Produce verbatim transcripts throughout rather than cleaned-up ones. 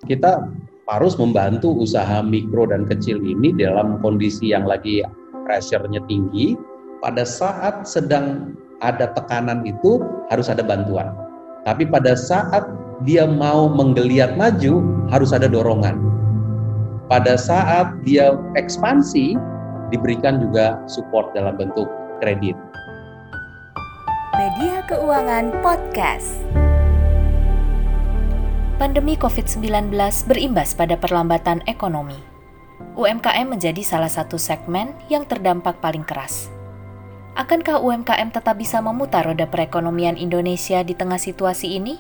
Kita harus membantu usaha mikro dan kecil ini dalam kondisi yang lagi pressure-nya tinggi. Pada saat sedang ada tekanan itu harus ada bantuan. Tapi pada saat dia mau menggeliat maju harus ada dorongan. Pada saat dia ekspansi diberikan juga support dalam bentuk kredit. Media Keuangan Podcast. Pandemi covid sembilan belas berimbas pada perlambatan ekonomi. U M K M menjadi salah satu segmen yang terdampak paling keras. Akankah U M K M tetap bisa memutar roda perekonomian Indonesia di tengah situasi ini?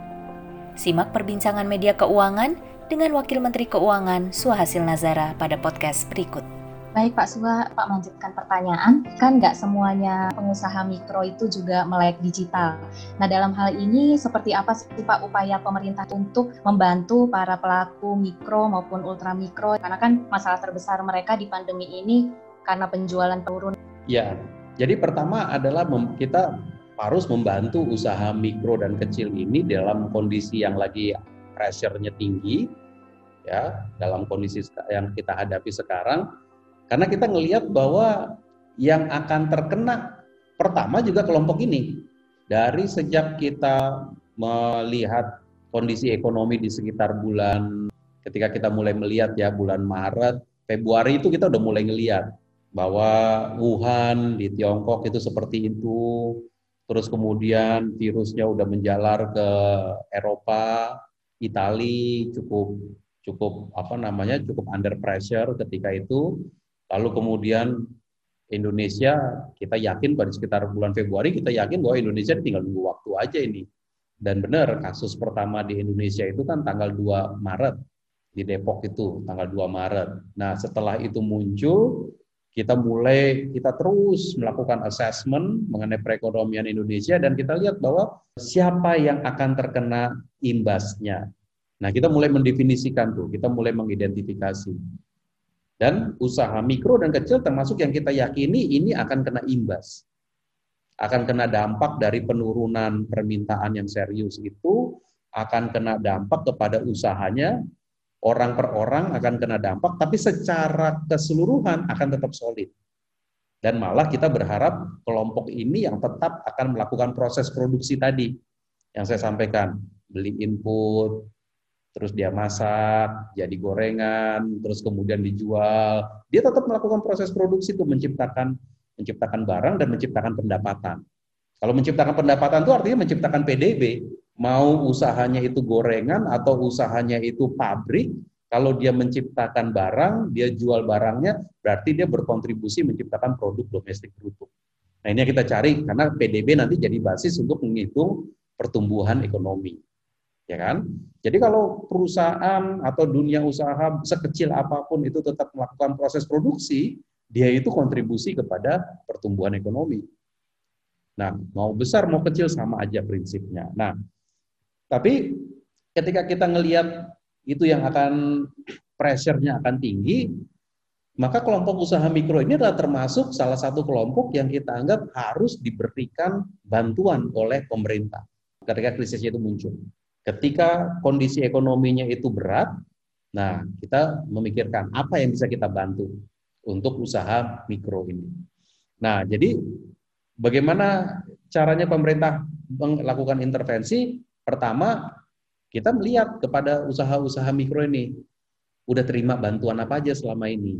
Simak perbincangan media keuangan dengan Wakil Menteri Keuangan Suhasil Nazara pada podcast berikut. Baik Pak Suha, Pak melanjutkan pertanyaan, kan nggak semuanya pengusaha mikro itu juga melek digital. Nah dalam hal ini seperti apa sih Pak upaya pemerintah untuk membantu para pelaku mikro maupun ultra mikro? Karena kan masalah terbesar mereka di pandemi ini karena penjualan turun. Ya, jadi pertama adalah mem- kita harus membantu usaha mikro dan kecil ini dalam kondisi yang lagi pressure-nya tinggi, ya dalam kondisi yang kita hadapi sekarang. Karena kita ngelihat bahwa yang akan terkena pertama juga kelompok ini. Dari sejak kita melihat kondisi ekonomi di sekitar bulan, ketika kita mulai melihat ya bulan Maret, Februari itu kita udah mulai ngelihat bahwa Wuhan di Tiongkok itu seperti itu. Terus kemudian virusnya udah menjalar ke Eropa, Italia cukup cukup apa namanya cukup under pressure ketika itu. Lalu kemudian Indonesia, kita yakin pada sekitar bulan Februari, kita yakin bahwa Indonesia tinggal nunggu waktu aja ini. Dan benar, kasus pertama di Indonesia itu kan tanggal dua Maret, di Depok itu, tanggal dua Maret. Nah setelah itu muncul, kita mulai, kita terus melakukan assessment mengenai perekonomian Indonesia, dan kita lihat bahwa siapa yang akan terkena imbasnya. Nah kita mulai mendefinisikan tuh, kita mulai mengidentifikasi. Dan usaha mikro dan kecil termasuk yang kita yakini ini akan kena imbas. Akan kena dampak dari penurunan permintaan yang serius itu, akan kena dampak kepada usahanya, orang per orang akan kena dampak, tapi secara keseluruhan akan tetap solid. Dan malah kita berharap kelompok ini yang tetap akan melakukan proses produksi tadi, yang saya sampaikan, beli input, terus dia masak, jadi gorengan, terus kemudian dijual. Dia tetap melakukan proses produksi itu menciptakan menciptakan barang dan menciptakan pendapatan. Kalau menciptakan pendapatan itu artinya menciptakan P D B. Mau usahanya itu gorengan atau usahanya itu pabrik, kalau dia menciptakan barang, dia jual barangnya, berarti dia berkontribusi menciptakan produk domestik bruto. Nah ini yang kita cari, karena P D B nanti jadi basis untuk menghitung pertumbuhan ekonomi. Ya kan? Jadi kalau perusahaan atau dunia usaha sekecil apapun itu tetap melakukan proses produksi, dia itu kontribusi kepada pertumbuhan ekonomi. Nah, mau besar mau kecil sama aja prinsipnya. Nah, tapi ketika kita ngelihat itu yang akan pressure-nya akan tinggi, maka kelompok usaha mikro ini adalah termasuk salah satu kelompok yang kita anggap harus diberikan bantuan oleh pemerintah ketika krisisnya itu muncul. Ketika kondisi ekonominya itu berat, nah kita memikirkan apa yang bisa kita bantu untuk usaha mikro ini. Nah, jadi bagaimana caranya pemerintah melakukan intervensi? Pertama, kita melihat kepada usaha-usaha mikro ini, udah terima bantuan apa aja selama ini,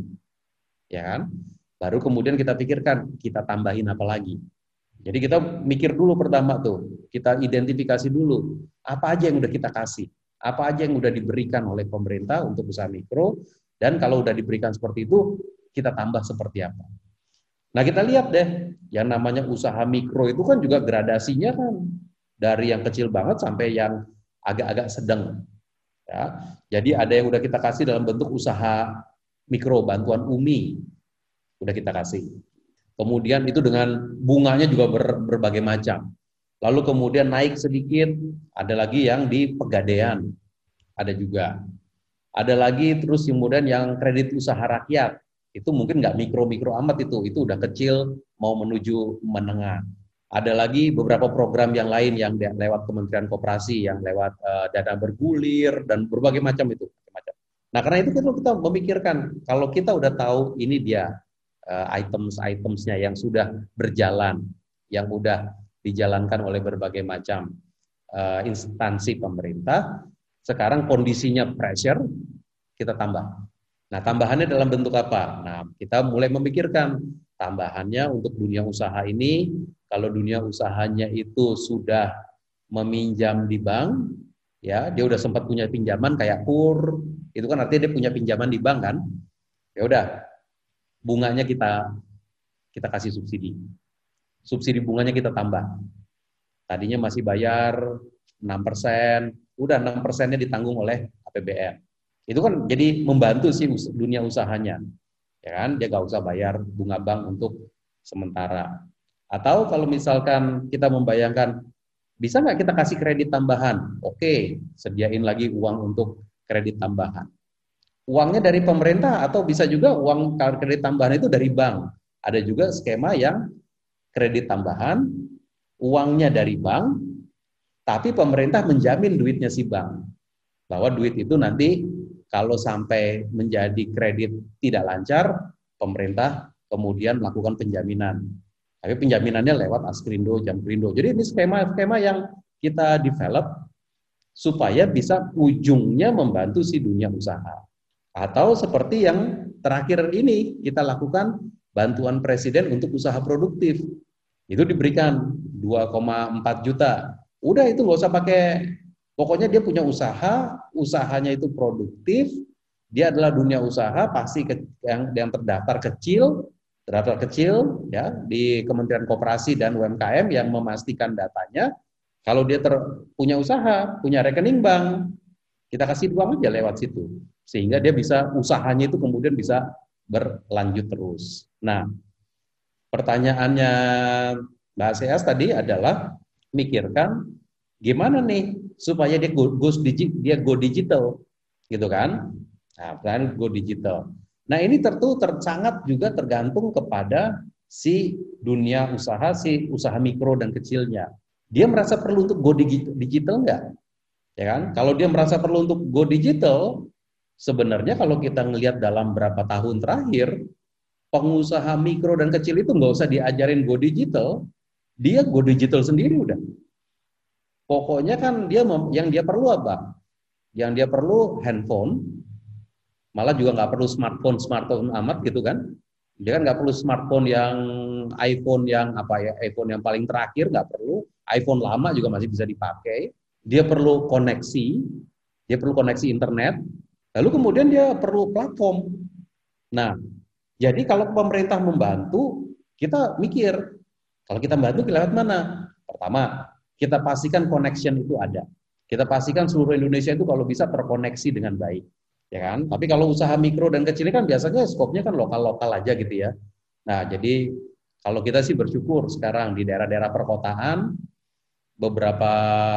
ya kan? Baru kemudian kita pikirkan, kita tambahin apa lagi. Jadi kita mikir dulu pertama tuh, kita identifikasi dulu apa aja yang udah kita kasih, apa aja yang udah diberikan oleh pemerintah untuk usaha mikro, dan kalau udah diberikan seperti itu, kita tambah seperti apa. Nah kita lihat deh, yang namanya usaha mikro itu kan juga gradasinya kan, dari yang kecil banget sampai yang agak-agak sedang. Ya. Jadi ada yang udah kita kasih dalam bentuk usaha mikro, bantuan U M I, udah kita kasih. Kemudian itu dengan bunganya juga ber, berbagai macam. Lalu kemudian naik sedikit, ada lagi yang di Pegadaian, ada juga. Ada lagi terus kemudian yang kredit usaha rakyat, itu mungkin nggak mikro-mikro amat itu, itu udah kecil mau menuju menengah. Ada lagi beberapa program yang lain yang lewat Kementerian Koperasi, yang lewat uh, dana bergulir dan berbagai macam itu. Nah, karena itu kita, kita memikirkan kalau kita udah tahu ini dia uh, items-itemsnya yang sudah berjalan, yang udah dijalankan oleh berbagai macam uh, instansi pemerintah, sekarang kondisinya pressure, kita tambah. Nah, tambahannya dalam bentuk apa? Nah, kita mulai memikirkan tambahannya untuk dunia usaha ini. Kalau dunia usahanya itu sudah meminjam di bank, ya dia udah sempat punya pinjaman kayak kur, itu kan artinya dia punya pinjaman di bank kan? Ya udah, bunganya kita kita kasih subsidi, subsidi bunganya kita tambah. Tadinya masih bayar enam persen, udah enam persennya ditanggung oleh A P B N. Itu kan jadi membantu sih dunia usahanya, ya kan? Dia nggak usah bayar bunga bank untuk sementara. Atau kalau misalkan kita membayangkan, bisa nggak kita kasih kredit tambahan? Oke, sediain lagi uang untuk kredit tambahan. Uangnya dari pemerintah atau bisa juga uang kredit tambahan itu dari bank. Ada juga skema yang kredit tambahan, uangnya dari bank, tapi pemerintah menjamin duitnya si bank. Bahwa duit itu nanti kalau sampai menjadi kredit tidak lancar, pemerintah kemudian melakukan penjaminan. Tapi penjaminannya lewat Askrindo, Jamkrindo. Jadi ini skema-skema yang kita develop supaya bisa ujungnya membantu si dunia usaha. Atau seperti yang terakhir ini kita lakukan bantuan presiden untuk usaha produktif. Itu diberikan dua koma empat juta. Udah itu nggak usah pakai, pokoknya dia punya usaha, usahanya itu produktif, dia adalah dunia usaha, pasti ke, yang, yang terdaftar kecil, terdaftar kecil ya di Kementerian Koperasi dan U M K M yang memastikan datanya. Kalau dia ter, punya usaha, punya rekening bank, kita kasih uang aja lewat situ, sehingga dia bisa usahanya itu kemudian bisa berlanjut terus. Nah, pertanyaannya Mbak Seas tadi adalah mikirkan gimana nih supaya dia go, go, dia go digital, gitu kan? Nah, pertanyaan go digital. Nah, ini tentu ter, sangat juga tergantung kepada si dunia usaha, si usaha mikro dan kecilnya. Dia merasa perlu untuk go digital enggak? Ya kan? Kalau dia merasa perlu untuk go digital, sebenarnya kalau kita ngelihat dalam berapa tahun terakhir, pengusaha mikro dan kecil itu nggak usah diajarin go digital, dia go digital sendiri udah. Pokoknya kan dia yang dia perlu apa? Yang dia perlu handphone, malah juga nggak perlu smartphone smartphone amat gitu kan? Dia kan nggak perlu smartphone yang iPhone yang apa ya iPhone yang paling terakhir, nggak perlu. iPhone lama juga masih bisa dipakai. Dia perlu koneksi, dia perlu koneksi internet. Lalu kemudian dia perlu platform. Nah, jadi kalau pemerintah membantu, kita mikir kalau kita bantu lewat mana? Pertama, kita pastikan connection itu ada. Kita pastikan seluruh Indonesia itu kalau bisa terkoneksi dengan baik. Ya kan? Tapi kalau usaha mikro dan kecil ini kan biasanya skopnya kan lokal-lokal aja gitu ya. Nah, jadi kalau kita sih bersyukur sekarang di daerah-daerah perkotaan beberapa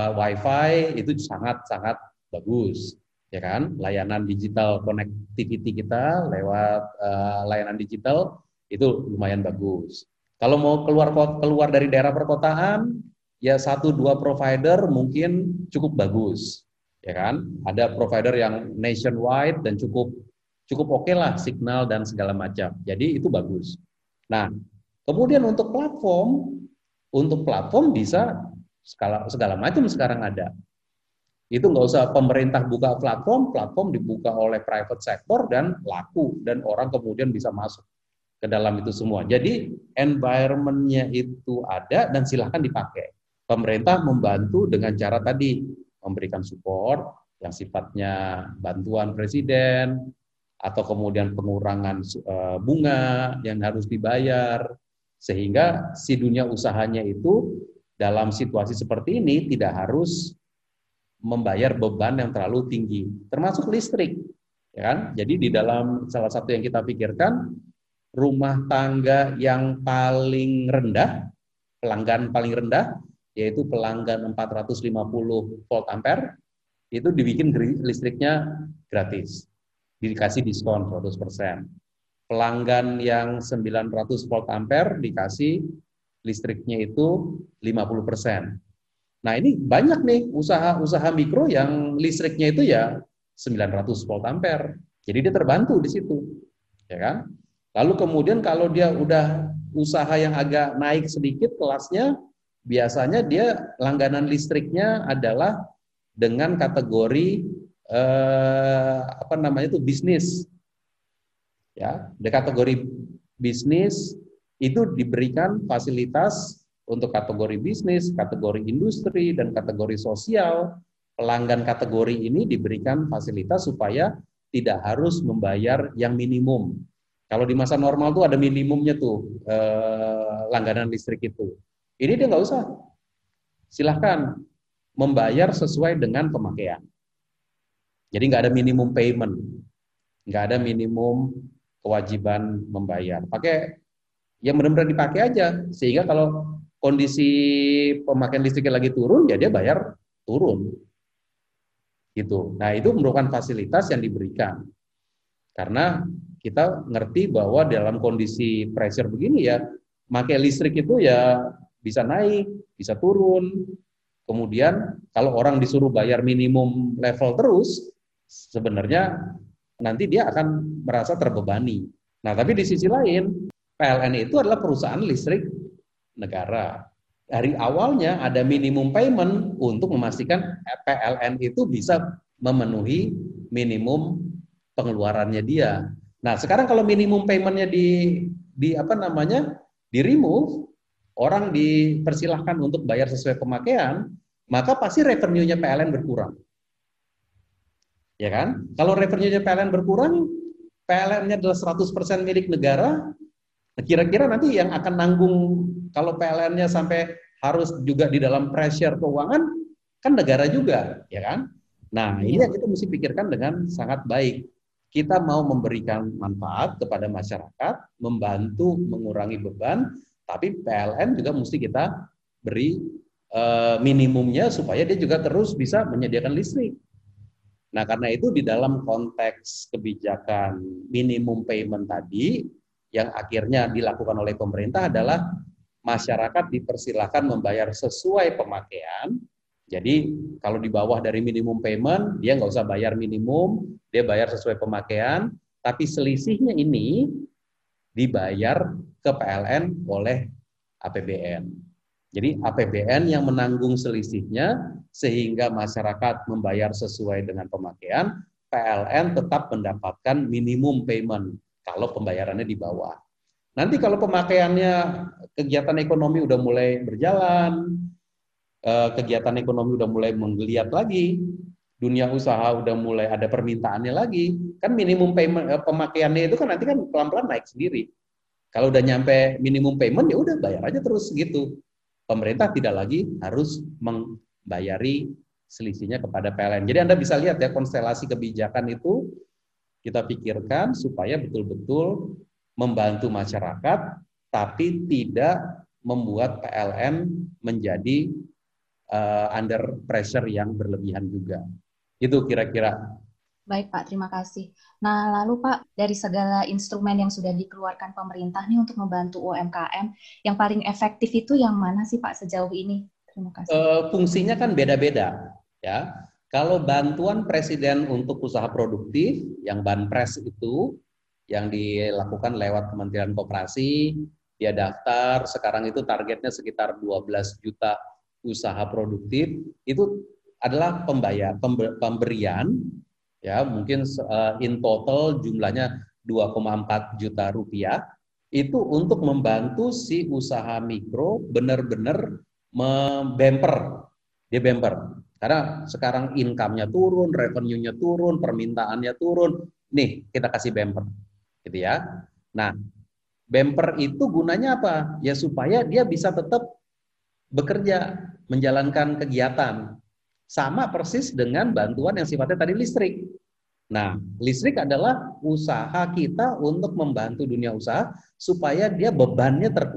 wifi itu sangat-sangat bagus, ya kan? Layanan digital connectivity kita lewat uh, layanan digital itu lumayan bagus. Kalau mau keluar keluar dari daerah perkotaan, ya satu dua provider mungkin cukup bagus. Ya kan, ada provider yang nationwide dan cukup cukup oke okay lah signal dan segala macam. Jadi itu bagus. Nah, kemudian untuk platform, untuk platform bisa segala segala macam sekarang ada. Itu nggak usah pemerintah buka platform, platform dibuka oleh private sector dan laku dan orang kemudian bisa masuk ke dalam itu semua. Jadi environment-nya itu ada dan silahkan dipakai. Pemerintah membantu dengan cara tadi memberikan support yang sifatnya bantuan presiden atau kemudian pengurangan bunga yang harus dibayar sehingga si dunia usahanya itu dalam situasi seperti ini tidak harus membayar beban yang terlalu tinggi termasuk listrik ya kan. Jadi di dalam salah satu yang kita pikirkan rumah tangga yang paling rendah, pelanggan paling rendah yaitu pelanggan empat ratus lima puluh volt ampere, itu dibikin listriknya gratis, dikasih diskon seratus persen. Pelanggan yang sembilan ratus volt ampere dikasih listriknya itu lima puluh persen. Nah ini banyak nih usaha-usaha mikro yang listriknya itu ya sembilan ratus volt ampere. Jadi dia terbantu di situ, ya kan? Lalu kemudian kalau dia udah usaha yang agak naik sedikit kelasnya, biasanya dia langganan listriknya adalah dengan kategori eh, apa namanya itu bisnis. Ya, di kategori bisnis itu diberikan fasilitas untuk kategori bisnis, kategori industri, dan kategori sosial. Pelanggan kategori ini diberikan fasilitas supaya tidak harus membayar yang minimum. Kalau di masa normal tuh ada minimumnya tuh eh, langganan listrik itu. Ini dia nggak usah. Silahkan membayar sesuai dengan pemakaian. Jadi nggak ada minimum payment, nggak ada minimum kewajiban membayar. Pakai yang benar-benar dipakai aja, sehingga kalau kondisi pemakaian listriknya lagi turun, ya dia bayar turun. Gitu. Nah itu merupakan fasilitas yang diberikan. Karena kita ngerti bahwa dalam kondisi pressure begini ya, pakai listrik itu ya bisa naik, bisa turun. Kemudian kalau orang disuruh bayar minimum level terus, sebenarnya nanti dia akan merasa terbebani. Nah tapi di sisi lain, P L N itu adalah perusahaan listrik negara. Dari awalnya ada minimum payment untuk memastikan P L N itu bisa memenuhi minimum pengeluarannya dia. Nah, sekarang kalau minimum payment-nya di di apa namanya? di remove, orang dipersilahkan untuk bayar sesuai pemakaian, maka pasti revenue-nya P L N berkurang. Ya kan? Kalau revenue-nya P L N berkurang, P L N-nya adalah seratus persen milik negara, kira-kira nanti yang akan nanggung kalau P L N-nya sampai harus juga di dalam pressure keuangan, kan negara juga, ya kan? Nah, ini yang kita mesti pikirkan dengan sangat baik. Kita mau memberikan manfaat kepada masyarakat, membantu mengurangi beban, tapi P L N juga mesti kita beri e, minimumnya supaya dia juga terus bisa menyediakan listrik. Nah, karena itu di dalam konteks kebijakan minimum payment tadi, yang akhirnya dilakukan oleh pemerintah adalah masyarakat dipersilakan membayar sesuai pemakaian. Jadi kalau di bawah dari minimum payment, dia nggak usah bayar minimum, dia bayar sesuai pemakaian, tapi selisihnya ini dibayar ke P L N oleh A P B N. Jadi A P B N yang menanggung selisihnya, sehingga masyarakat membayar sesuai dengan pemakaian, P L N tetap mendapatkan minimum payment kalau pembayarannya di bawah. Nanti kalau pemakaiannya kegiatan ekonomi udah mulai berjalan, kegiatan ekonomi udah mulai menggeliat lagi, dunia usaha udah mulai ada permintaannya lagi, kan minimum payment pemakaiannya itu kan nanti kan pelan-pelan naik sendiri. Kalau udah nyampe minimum payment ya udah bayar aja terus gitu. Pemerintah tidak lagi harus membayari selisihnya kepada P L N. Jadi Anda bisa lihat ya konstelasi kebijakan itu kita pikirkan supaya betul-betul membantu masyarakat, tapi tidak membuat P L N menjadi uh, under pressure yang berlebihan juga. Itu kira-kira. Baik Pak, terima kasih. Nah lalu Pak, dari segala instrumen yang sudah dikeluarkan pemerintah nih untuk membantu U M K M, yang paling efektif itu yang mana sih Pak sejauh ini? Terima kasih. Uh, fungsinya kan beda-beda, ya. Kalau bantuan Presiden untuk usaha produktif, yang Banpres itu, yang dilakukan lewat Kementerian Koperasi, dia daftar, sekarang itu targetnya sekitar dua belas juta usaha produktif, itu adalah pembayar, pemberian, ya mungkin uh, in total jumlahnya dua koma empat juta rupiah, itu untuk membantu si usaha mikro benar-benar membemper, dia bemper. Karena sekarang income-nya turun, revenue-nya turun, permintaannya turun, nih kita kasih bemper, gitu ya. Nah, bemper itu gunanya apa? Ya supaya dia bisa tetap bekerja, menjalankan kegiatan. Sama persis dengan bantuan yang sifatnya tadi listrik. Nah, listrik adalah usaha kita untuk membantu dunia usaha supaya dia bebannya ter,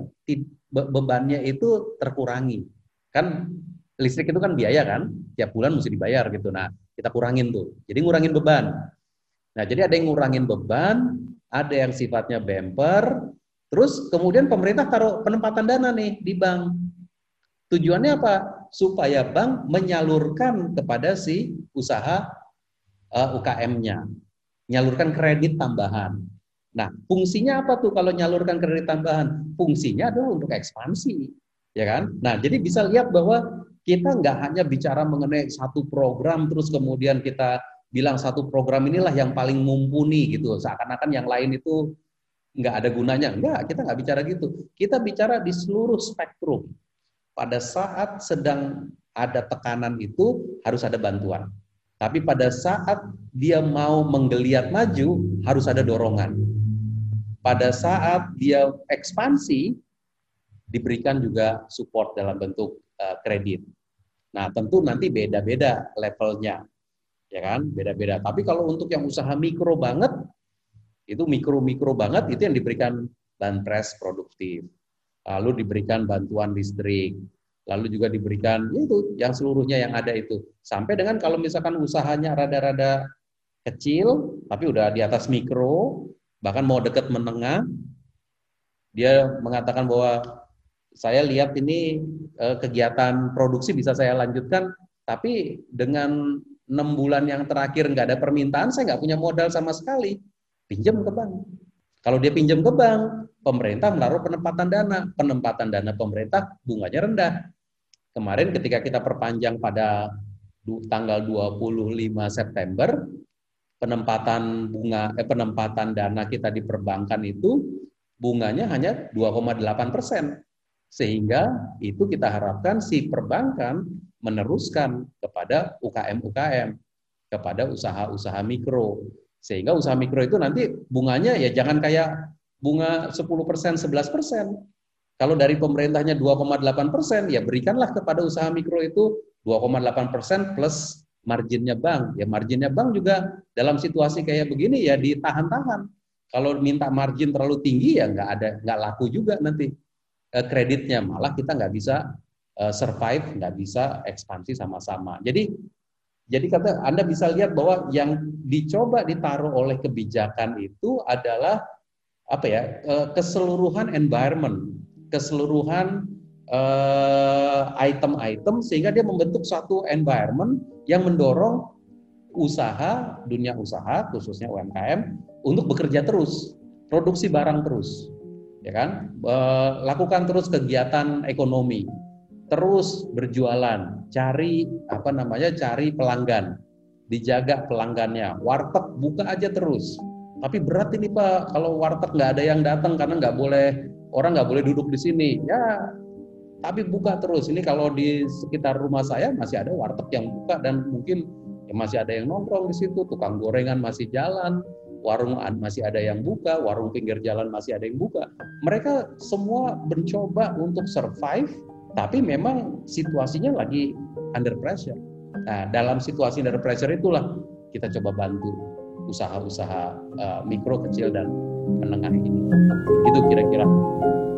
bebannya itu terkurangi. Kan listrik itu kan biaya kan, tiap bulan mesti dibayar gitu. Nah, kita kurangin tuh. Jadi ngurangin beban. Nah, jadi ada yang ngurangin beban, ada yang sifatnya bumper, Terus kemudian pemerintah taruh penempatan dana nih di bank. Tujuannya apa? Supaya bank menyalurkan kepada si usaha uh, U K M-nya, nyalurkan kredit tambahan. Nah, fungsinya apa tuh kalau nyalurkan kredit tambahan? Fungsinya adalah untuk ekspansi, ya kan? Nah, jadi bisa lihat bahwa kita nggak hanya bicara mengenai satu program terus kemudian kita bilang satu program inilah yang paling mumpuni gitu, seakan-akan yang lain itu nggak ada gunanya. Enggak, kita nggak bicara gitu. Kita bicara di seluruh spektrum. Pada saat sedang ada tekanan itu harus ada bantuan. Tapi pada saat dia mau menggeliat maju harus ada dorongan. Pada saat dia ekspansi diberikan juga support dalam bentuk uh, kredit. Nah, tentu nanti beda-beda levelnya. Ya kan? Beda-beda. Tapi kalau untuk yang usaha mikro banget, itu mikro-mikro banget, itu yang diberikan banpres produktif. Lalu diberikan bantuan listrik, lalu juga diberikan ya itu yang seluruhnya yang ada itu. Sampai dengan kalau misalkan usahanya rada-rada kecil, tapi udah di atas mikro, bahkan mau dekat menengah, dia mengatakan bahwa saya lihat ini eh, kegiatan produksi bisa saya lanjutkan, tapi dengan enam bulan yang terakhir nggak ada permintaan, saya nggak punya modal sama sekali, pinjam ke bank. Kalau dia pinjam ke bank, pemerintah menaruh penempatan dana. Penempatan dana pemerintah bunganya rendah. Kemarin ketika kita perpanjang pada tanggal dua puluh lima September, penempatan bunga eh, penempatan dana kita di perbankan itu bunganya hanya dua koma delapan persen. Sehingga itu kita harapkan si perbankan meneruskan kepada U K M-U K M, kepada usaha-usaha mikro. Sehingga usaha mikro itu nanti bunganya ya jangan kayak bunga sepuluh persen, sebelas persen. Kalau dari pemerintahnya dua koma delapan persen, ya berikanlah kepada usaha mikro itu dua koma delapan persen plus marginnya bank. Ya marginnya bank juga dalam situasi kayak begini ya ditahan-tahan. Kalau minta margin terlalu tinggi ya nggak ada, nggak laku juga nanti eh, kreditnya. Malah kita nggak bisa eh, survive, nggak bisa ekspansi sama-sama. Jadi Jadi kata Anda bisa lihat bahwa yang dicoba ditaruh oleh kebijakan itu adalah apa ya keseluruhan environment, keseluruhan uh, item-item sehingga dia membentuk suatu environment yang mendorong usaha, dunia usaha khususnya U M K M untuk bekerja terus, produksi barang terus, ya kan, uh, lakukan terus kegiatan ekonomi. Terus berjualan, cari apa namanya, cari pelanggan, dijaga pelanggannya. Warteg buka aja terus. Tapi berat ini Pak, kalau warteg nggak ada yang datang karena nggak boleh orang nggak boleh duduk di sini. Ya, tapi buka terus. Ini kalau di sekitar rumah saya masih ada warteg yang buka dan mungkin ya masih ada yang nongkrong di situ. Tukang gorengan masih jalan, warung masih ada yang buka, warung pinggir jalan masih ada yang buka. Mereka semua mencoba untuk survive. Tapi memang situasinya lagi under pressure. Nah, dalam situasi under pressure itulah kita coba bantu usaha-usaha uh, mikro, kecil, dan menengah ini. Itu kira-kira.